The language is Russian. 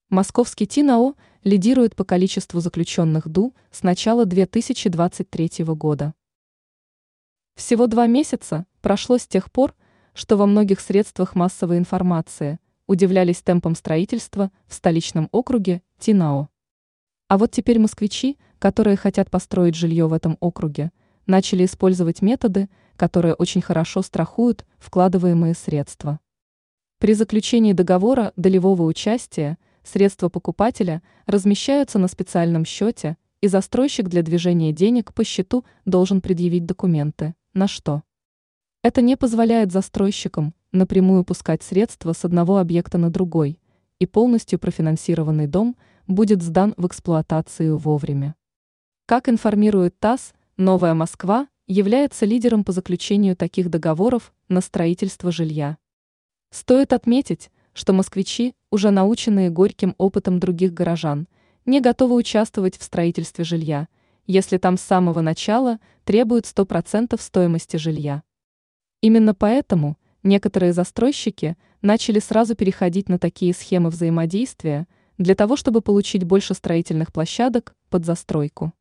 Московский ТИНАО лидирует по количеству заключенных ДУ с начала 2023 года. Всего 2 месяца прошло с тех пор, что во многих средствах массовой информации удивлялись темпам строительства в столичном округе ТИНАО. А вот теперь москвичи, которые хотят построить жилье в этом округе, начали использовать методы, которые очень хорошо страхуют вкладываемые средства. При заключении договора долевого участия средства покупателя размещаются на специальном счете, и застройщик для движения денег по счету должен предъявить документы, на что. Это не позволяет застройщикам напрямую пускать средства с одного объекта на другой, и полностью профинансированный дом будет сдан в эксплуатацию вовремя. Как информирует ТАСС, Новая Москва является лидером по заключению таких договоров на строительство жилья. Стоит отметить, что москвичи, уже наученные горьким опытом других горожан, не готовы участвовать в строительстве жилья, если там с самого начала требуют 100% стоимости жилья. Именно поэтому некоторые застройщики начали сразу переходить на такие схемы взаимодействия для того, чтобы получить больше строительных площадок под застройку.